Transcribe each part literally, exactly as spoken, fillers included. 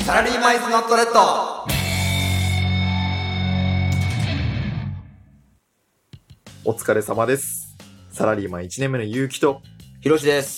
サラリーマンイズノットレッド。 お疲れ様です。サラリーマンいちねんめのゆうきとひろしです。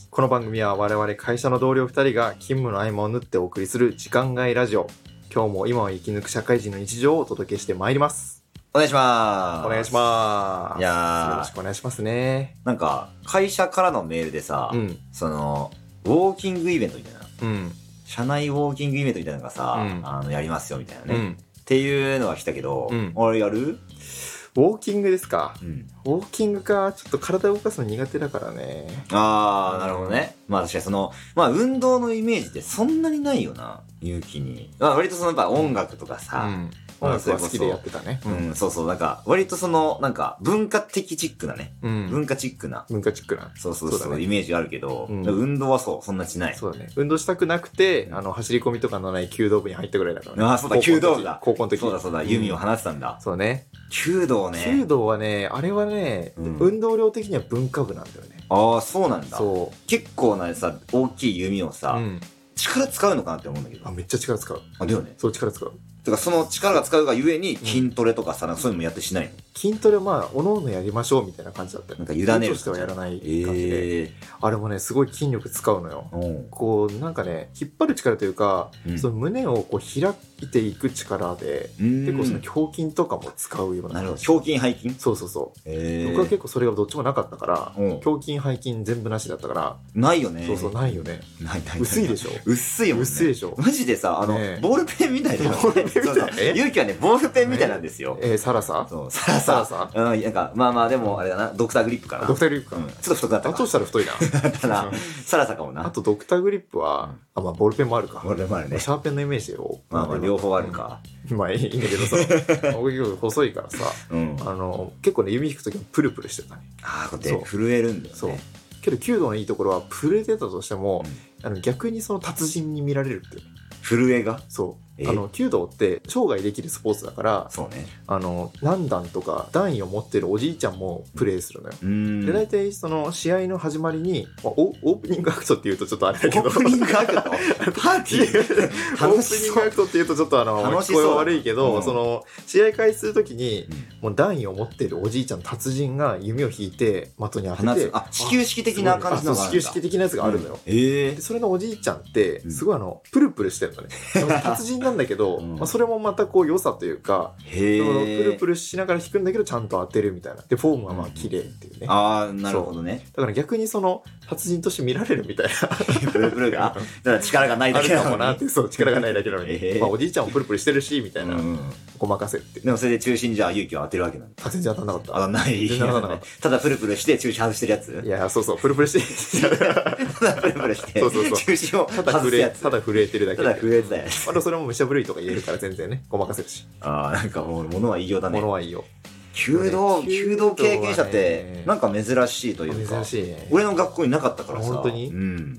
この番組は我々会社の同僚ふたりが勤務の合間を縫ってお送りする時間外ラジオ。今日も今を生き抜く社会人の日常をお届けしてまいります。 お願いします。 お願いします。 いやー、 よろしくお願いしますね。 なんか会社からのメールでさ、 うん、 そのウォーキングイベントみたいな、 うん、 社内ウォーキングイベントみたいなのがさ、 うん、 あのやりますよみたいなね、 うん、 っていうのが来たけど、 うん、 あれやる？ ウォーキングですか、 うん、 ウォーキングか。ちょっと体動かすの苦手だからね。 あー、なるほどね。まあ確かにその、まあ運動のイメージってそんなにないよな、勇気に。まあ割とそのやっぱ音楽とかさ、 うん、音楽は好きでやってたね。 うん、うん、そうそう、なんか割とその、なんか文化的チックなね、うん、文化チックな。 文化チックな。 そうそうそう、そうだね、イメージあるけど、うん、運動はそう、そんなしない。 そうだね。運動したくなくて、あの、走り込みとかのない弓道部に入ったぐらいだからね。 ああ、そうだ、弓道部だ。 高校の時。 そうだそうだ、弓を放ってたんだ。 そうね。 弓道ね。 弓道はね、あれはね、うん、運動量的には文化部なんだよね。 ああ、そうなんだ。 そう。 結構なさ、大きい弓をさ、うん、力使うのかなって思うんだけど。 あ、めっちゃ力使う。 あ、だよね。 そう、力使う。 てかその力が使うがゆえに筋トレとかさ、なんかそういうのもやってしないの？ 筋トレはまあおのおのやりましょうみたいな感じだったよ。 なんか委ねるとしてはやらない感じで、えー、あれもねすごい筋力使うのよ。こうなんかね引っ張る力というか、うん、その胸をこう開いていく力で結構その胸筋とかも使うような。 なるほど。胸筋背筋？ そうそうそう、 えー、 僕は結構それがどっちもなかったから、胸筋背筋全部なしだったから。 ないよね。 そうそう、ないよね。 ないないない。 薄いでしょ。 薄いよね。 薄いでしょ。 マジでさ、あの、ね、ボールペンみたいな。ボールペンみたいな。勇気はね、ボールペンみたいなんですよ。 えー、サラサ？ そう、サラサ。サラサ？うん、なんか、まあまあでも、あれだな、ドクターグリップかな。 ドクターグリップか。 うん、ちょっと太くなったか。 だとしたら太いな。 ただ、サラサかもな。 あとドクターグリップは、あ、まあボールペンもあるか。 ボールペンもあるね。 シャーペンのイメージを。 まあまあ両方あるか。 まあいいんだけどさ、僕結構細いからさ、あの、結構ね、弓引くときもプルプルしてたね。 ああ、こうやって震えるんだよね。 そう。けど弓道のいいところは、震えてたとしても、あの逆にその達人に見られるっていう。 震えが？ そう。あの弓道って生涯できるスポーツだから、 そうね、 あの何段とか段位を持ってるおじいちゃんもプレーするのよ。で大体その試合の始まりに、まあ、オープニングアクトっていうとちょっとあれだけど、 オープニングアクトパーティーオープニングアクトっていうとちょっとあの聞こえは悪いけど、うん、その試合開始するときに、うん、もう段位を持ってるおじいちゃん達人が弓を引いて的に当てて、 あ、始球式的な感じのがあるんだ。 始球式的なやつがあるのよ。 うん、えー、 でそれのおじいちゃんってすごいあのプルプルしてるのね。達人なんだけど、うん、まあ、それもまたこう良さというか、 へそのプルプルしながら弾くんだけどちゃんと当てるみたいな。でフォームはまあ綺麗っていうね、 うん、ああなるほどね。 だから逆にその達人として見られるみたいな。 プルプルがだから力がないだけなのに、 あるかもなって。そう、力がないだけなのに、えーまあ、おじいちゃんもプルプルしてるしみたいな、うん、ごまかせって。 でもそれで中心にじゃあ勇気を当てるわけなんだ。 全然当たんなかった。 当たんない。 全然当たんなかった。 ただプルプルして中心外してるやつ。 いやそうそうプルプルしてただプルプルしてそうそうそう中心を外すやつ。 ただ震えてるだけで。 ただ震えてたやつ。 あとそれもむしゃぶるいとか言えるから全然ねごまかせるし。 ああなんかもう物は言いようだね。 物は言いよう。 弓道、弓道経験者ってなんか珍しいというか、 珍しいね。 俺の学校になかったからさ。 本当に、 うん、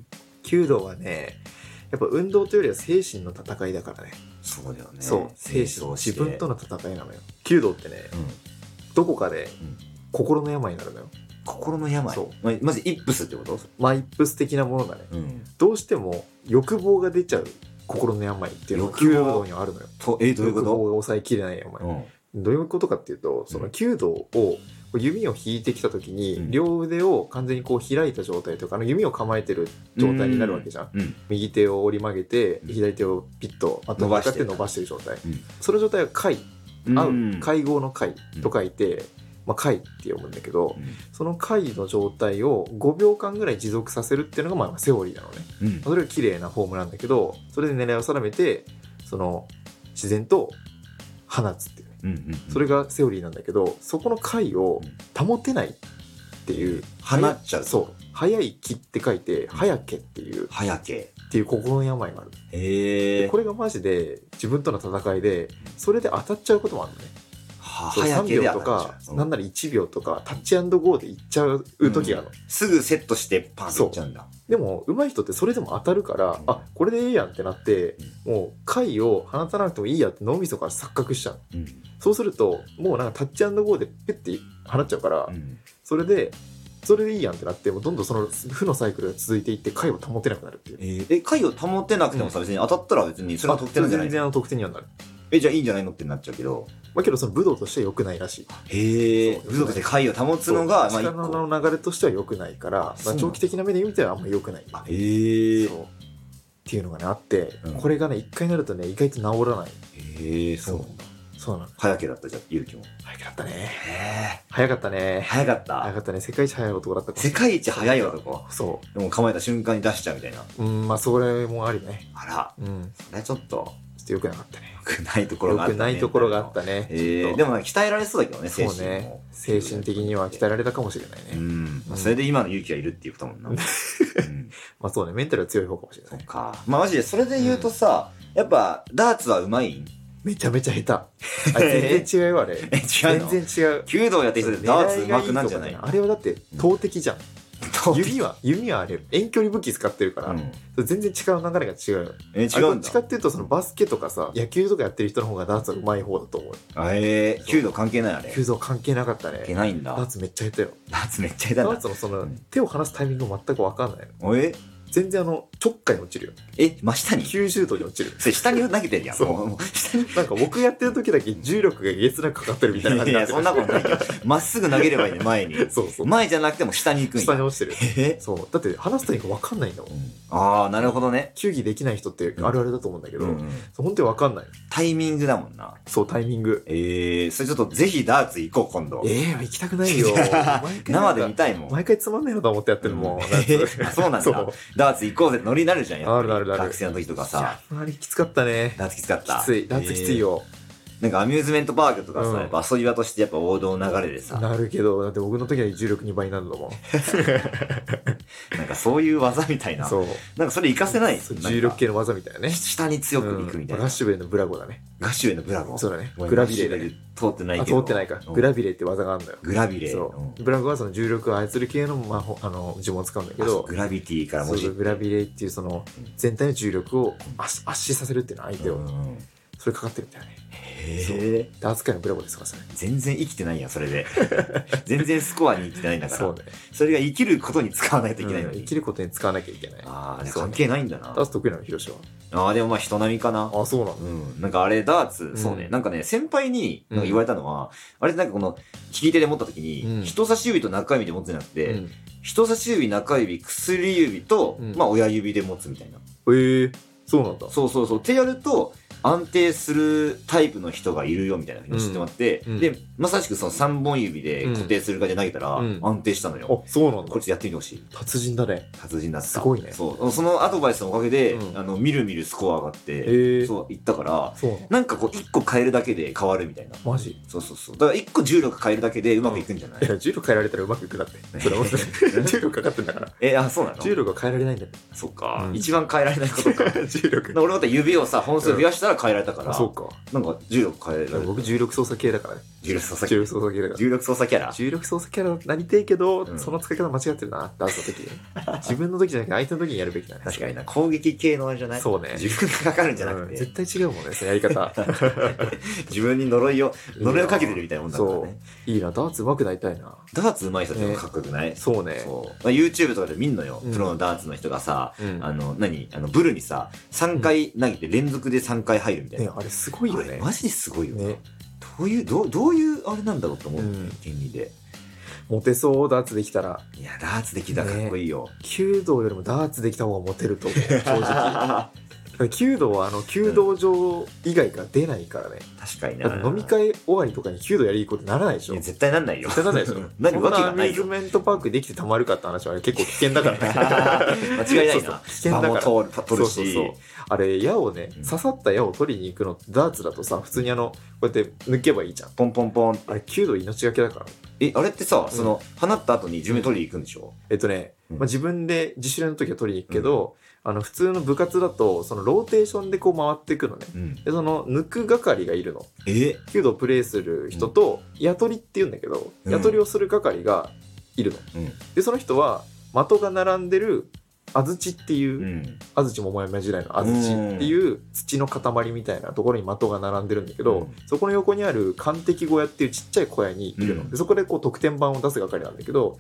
弓道はねやっぱ運動というよりは精神の戦いだからね。 そうだよね。 そう、精神、自分との戦いなのよ。弓道ってね、うん、どこかで心の病になるのよ。 心の病。そうままずイップスってこと？ まあイップス的なものだね、うん、どうしても欲望が出ちゃう心の病っていうのが弓道にはあるのよ。 とえどういうこと？ 欲望が抑えきれない病、うん、どういうことかっていうと、その弓道を弓を引いてきた時に、うん、両腕を完全にこう開いた状態というか、あの弓を構えてる状態になるわけじゃん、うん、右手を折り曲げて左手をピッと後に向かって伸ばしてる状態、うん、その状態は会、合う会合の会と書いて、まあ、会って読むんだけど、うん、その会の状態をごびょうかんぐらい持続させるっていうのがまあセオリーなのね、うん、それは綺麗なフォームなんだけど、それで狙いを定めてその自然と放つっていうね、うんうんうん、それがセオリーなんだけど、そこの会を保てないっていう、 放っちゃう。 そう早い気って書いて早けっていう早けっていう心の病がある。 へえ。 これがマジで自分との戦いで、それで当たっちゃうこともあるのね。さんびょうとか、なんならいちびょうとかタッチアンドゴーでいっちゃう時があるの、うん、 すぐセットしてパンといっちゃうんだ。 でも上手い人ってそれでも当たるから、うん、あこれでいいやんってなって、うん、もう回を放たなくてもいいやって脳みそから錯覚しちゃう、うん、そうするともうなんかタッチアンドゴーでペッて放っちゃうから、うん、それでそれでいいやんってなって、もうどんどんその負のサイクルが続いていって回を保てなくなるっていう。 えー、え回を保てなくてもさ、別に当たったら別にそれは得点なんじゃないの？ 全然あの得点にはなる。 え、じゃあいいんじゃないのってなっちゃうけど。 まあけどその武道としては良くないらしい。 へえ。武道として回を保つのが、 まあ力の流れとしては良くないから、まあ、長期的な目で見てはあんま良くない。 へえ。 そう。っていうのがねあって、 うん、ここれがね一回なるとね意外と治らない。 へえ、そうなんだ。 そうなんだ。 早けだったじゃん、勇気も。 早かったね。 へえ。 早かったね。 早かった。 早かったね。世界一早い男だった。 世界一早い男。 そう。 でも構えた瞬間に出しちゃうみたいな。 うん、まあそれもありね。 あら。 うん。 それはちょっと。 ちょっと良くなかったね。 良くないところがあったね。 良くないところがあったね。 えー、でも鍛えられそうだけどね、精神も。そうね。 精神的には鍛えられたかもしれないね。 うん。まあ、それで今の勇気がいるっていうこともんな。うん。 まあそうね、メンタルは強い方かもしれない。 そっか。まあマジでそれで言うとさ、やっぱダーツはうまいん？ めちゃめちゃ下手。あれ全然違うよあれ。 え、違うの？ 全然違う。 弓道やってる人でダーツうまくなんじゃない？ あれはだって投擲じゃん。弓は、弓はあれ、遠距離武器使ってるから、うん、全然力の流れが違うよ。 え、違うんだ。どっちかっていうと、そのバスケとかさ、野球とかやってる人の方がダーツは上手い方だと思う。 えー、弓道関係ないあれ。 弓道関係なかったね。 関係ないんだ。 ダーツめっちゃ下手よ。 ダーツめっちゃ下手だ。 ダーツのその、うん、手を離すタイミング全く分かんないの。え全然あの、ちょっかいに落ちるよ。 え、真下に ? きゅうじゅうどに落ちる。 それ下に投げてるやん。 そう。もう下に。なんか僕やってる時だけ重力がえげつなくかかってるみたいな感じになってる。 いや、そんなことないけど。まっすぐ投げればいいね、前に。 そうそう。 前じゃなくても下に行くんや。 下に落ちてる。 えそう。だって離すタイミング分かんないんだもん。うん、 ああ、なるほどね。 球技できない人ってあるあるだと思うんだけど、うんうん、本当に分かんない。 タイミングだもんな。 そう、タイミング。 ええー、それちょっとぜひダーツ行こう、今度。 ええー、行きたくないよ。 生で見たいもん。 毎回つまんないのと思ってやってるもん。 うん、そうなんだ。ダーツ行こうぜ、ノリになるじゃん、やっぱり。 あるあるある。 学生の時とかさ。 あれきつかったね。 ダーツきつかった。 きつい。ダーツきついよ。 なんかアミューズメントパークとかさ、うん、やっぱ遊び場としてやっぱ王道の流れでさ。 なるけど、だって僕の時は重力にばいになるんだもん。 なんかそういう技みたいな。そう。なんかそれ活かせない。 重力系の技みたいなね。 下に強く行くみたいな。 ガッシュベイのブラゴだね。 ガッシュベイのブラゴ？ そうだね。グラビレー通ってないけど。 通ってないか。グラビレーって技があるんだよ。 グラビレー。 そう。ブラゴはその重力を操る系の、まあ、あの、呪文を使うんだけど。 グラビティから文字。 そう、グラビレーっていうその、全体の重力を圧死させるっていうのは相手を。それかかってるみたいなね。へえ。ダーツ界のブラボーですから、それ。 全然生きてないやん、それで。全然スコアに生きてないんだから。 そうね。 それが生きることに使わないといけないのに。 うん、生きることに使わなきゃいけない。 ああ、関係ないんだな。 ダーツ得意なの、ヒロシは。 ああ、でもまあ人並みかな。 ああ、そうなの。 うん。なんかあれ、ダーツ、そうね。なんかね、先輩になんか言われたのは、あれなんかこの、利き手で持った時に、人差し指と中指で持つんじゃなくて、人差し指、中指、薬指と、まあ親指で持つみたいな。 へえ、そうなんだ。 そうそうそう。ってやると、安定するタイプの人がいるよみたいなふうに知ってもらって、うん、で、まさしくそのさんぼん指で固定するかで投げたら安定したのよ。 あ、そうなんだ。 こっちやってみてほしい。 達人だね。 達人だった。 すごいね。 そう。そのアドバイスのおかげで、うん、あの、みるみるスコア上がって、そう、いったから、なんかこう、いっこ変えるだけで変わるみたいな。 マジ？ そうそうそう。だからいっこ重力変えるだけでうまくいくんじゃない？ いや、重力変えられたらうまくいくだって。それは重力かかってんだから。 え、あ、そうなの？ 重力は変えられないんだよ。 そっか。一番変えられないことか。 重力。 俺また指をさ、本数増やしたら変えられたから。 そうか。 なんか重力変えられる。 僕重力操作系だからね。 重力操作重力操作系だから。 重力操作キャラ重力操作キャラなりてえけど、その使い方間違ってるな、ダーツの時に。自分の時じゃなくて相手の時にやるべきだね。 確かにな。攻撃系のあれじゃない？そうね。自分がかかるんじゃなくて。 絶対違うもんね、そのやり方。 自分に呪いを、呪いをかけてるみたいなもんだからね。そう。 いいな、ダーツ上手くなりたいな。 ダーツ上手い人ってかっこよくない？ そうね。 そう。YouTube とかで見んのよ。プロのダーツの人がさ、あの、何あの、ブルにさ、さんかい投げて連続でさんかい入るみたいな。 ね、あれすごいよね。 マジですごいよね。どういう、どう、どういうあれなんだろうと思う、原理で。 モテそう、ダーツできたら。 いや、ダーツできたらかっこいいよ。 弓道よりもダーツできた方がモテると思う、正直。弓道はあの弓道場以外から出ないからね。 確かにな。 飲み会終わりとかに弓道やりに行こうってならないでしょ。いや絶対なんないよ。 絶対なんないでしょ。 何わけがないよ。 そんなアミューズメントパークできてたまるかって話は結構危険だからね。 間違いないな。 危険だから。 場も取るし。そうそうそう。 あれ矢をね、刺さった矢を取りに行くのダーツだとさ、普通にあのこうやって抜けばいいじゃん。 ポンポンポン。 あれ弓道命がけだから。 え、あれってさ、その放った後に自分で取りに行くんでしょ？ えっとね、まあ自分で自主練の時は取りに行くけど。あの普通の部活だとそのローテーションでこう回っていくのね、うん、でその抜く係がいるの。 え弓道プレイする人と矢取りって言うんだけど、うん、矢取りをする係がいるの、うん、でその人は的が並んでる安土っていう、うん、安土桃山時代の安土っていう土の塊みたいなところに的が並んでるんだけど、うん、そこの横にある完璧小屋っていうちっちゃい小屋にいるの、うん、でそこでこう得点板を出す係なんだけど、うん、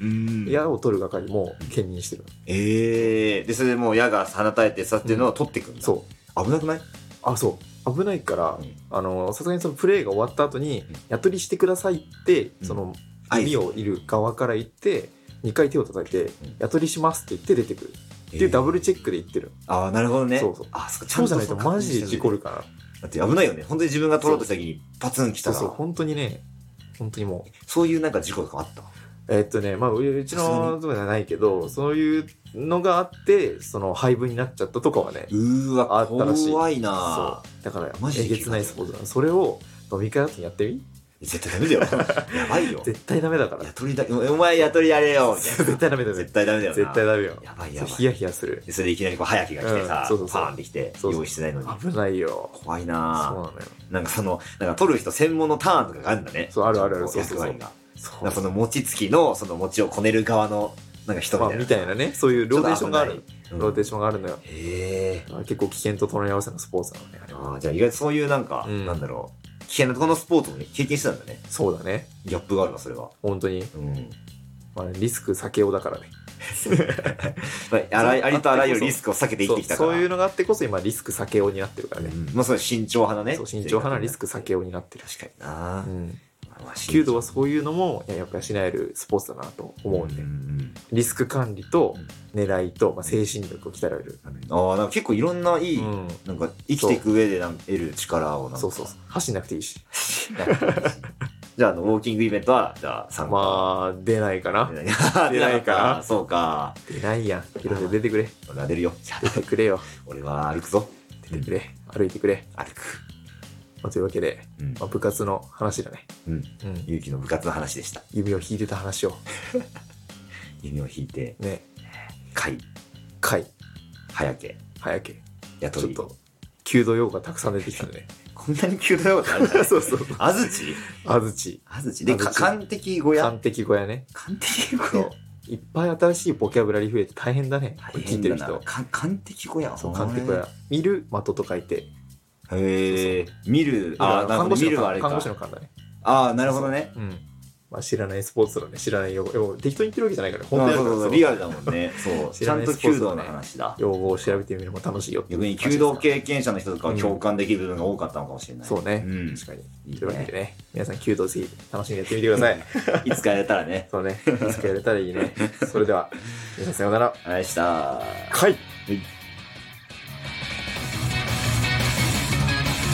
矢を取る係も兼任してる。 ええー、でそれでもう矢が放たれてさっていうのを取っていくんだ、うん、そう危なくない？ あ、そう危ないから、うん、あのさすがにそのプレーが終わった後に、うん、矢取りしてくださいって、うん、その弓をいる側から言ってにかい手を叩いて、うん、矢取りしますって言って出てくるっていうダブルチェックで言ってる。 ああ、なるほどね。 そうそう。 あ、そうそうじゃないとマジで事故るから。 だって危ないよね。本当に自分が取ろうとした時にパツン来たら。 そうそう、本当にね、本当にもう。 そういうなんか事故とかあった？ えー、っとね、まあ、うちのとこじゃないけど、そういうのがあって、その廃部になっちゃったとかはね、 うーわ、 あったらしい。 怖いな。 そう。だから、マジでえげつないスポーツだな。それを飲み会後にやってみ？ 絶対ダメだよ。やばいよ。 絶対ダメだから。 雇りだ、お前雇りやれよ。 絶対ダメだよ。 絶対ダメだよ。 絶対ダメよ。 やばいやばい。 ヒヤヒヤする。 それでいきなりこう、早木が来てさ、パーンって来て、用意してないのに。 危ないよ。 怖いな。 そうなのよ。 なんかその、なんか取る人専門のターンとかがあるんだね。 そう、あるあるある。そう役割が。そう。その餅つきの、その餅をこねる側の、なんか人みたいな。 みたいなね。そういうローテーションがある。ローテーションがあるのよ。 へえ。 結構危険と隣り合わせのスポーツなのね。 ああ、じゃあ意外とそういうなんか、なんだろう。危険なところのスポーツもね、経験してたんだね。 そうだね。 ギャップがあるわ、それは。 本当に。うん。まあ、リスク避けようだからね。 あらありとあらゆるリスクを避けて生きてきたから。 そう、そういうのがあってこそ今リスク避けようになってるからね。 うん、まあそれ慎重派なね。 そう、慎重派なリスク避けようになってる。 確かにな。うん。 弓道はそういうのもやっぱり養えるスポーツだなと思うんで、うんうん、リスク管理と狙いと、まあ、精神力を鍛えられる。 ああ、なんか結構いろんないい、うん、なんか生きていく上でなんか得る力をなんか。 そうそうそう。走んなくていいし。 じゃあ、あの、ウォーキングイベントは、じゃあ、参加。 まあ、出ないかな。 出ないか。そうか。 出ないやん。広瀬出てくれ。 俺は出るよ。 出てくれよ。 俺は歩くぞ。 出てくれ。歩いてくれ。 歩く。 まあ、というわけで、うんまあ、部活の話だね。 うん。ゆうきの部活の話でした。 弓を引いてた話を。 弓を引いて。 ね。 貝。 貝。 早け。 早け。 やとり。 ちょっと、弓道用語がたくさん出てきたんでね。 こんなに弓道用語あるんだね。 そうそう。 安土安土。 安土。で、完璧小屋完璧小屋ね。 完璧小屋。 いっぱい新しいボキャブラリー増えて大変だね。 大変だな。完璧小屋。 そう、完璧小屋。見る的と書いて。 へえ。見る、ああ、看護師の看護師の勘だね。ああ、なるほどね。 うん。まあ知らないスポーツだね。知らない用語。適当に言ってるわけじゃないから、本当にそうそう、リアルだもんね。そう。ちゃんと弓道の話だ。 用語を調べてみるのも楽しいよ。 逆に弓道経験者の人とかは共感できる部分が多かったのかもしれない。 そうね。確かに。というわけでね、皆さん弓道ぜひ楽しんでやってみてください。 いつかやれたらね。 そうね。いつかやれたらいいね。それでは、皆さんさようなら。 ありがとうございました。 はい。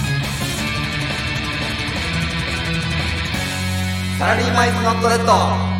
サラリーマイズノットレッド。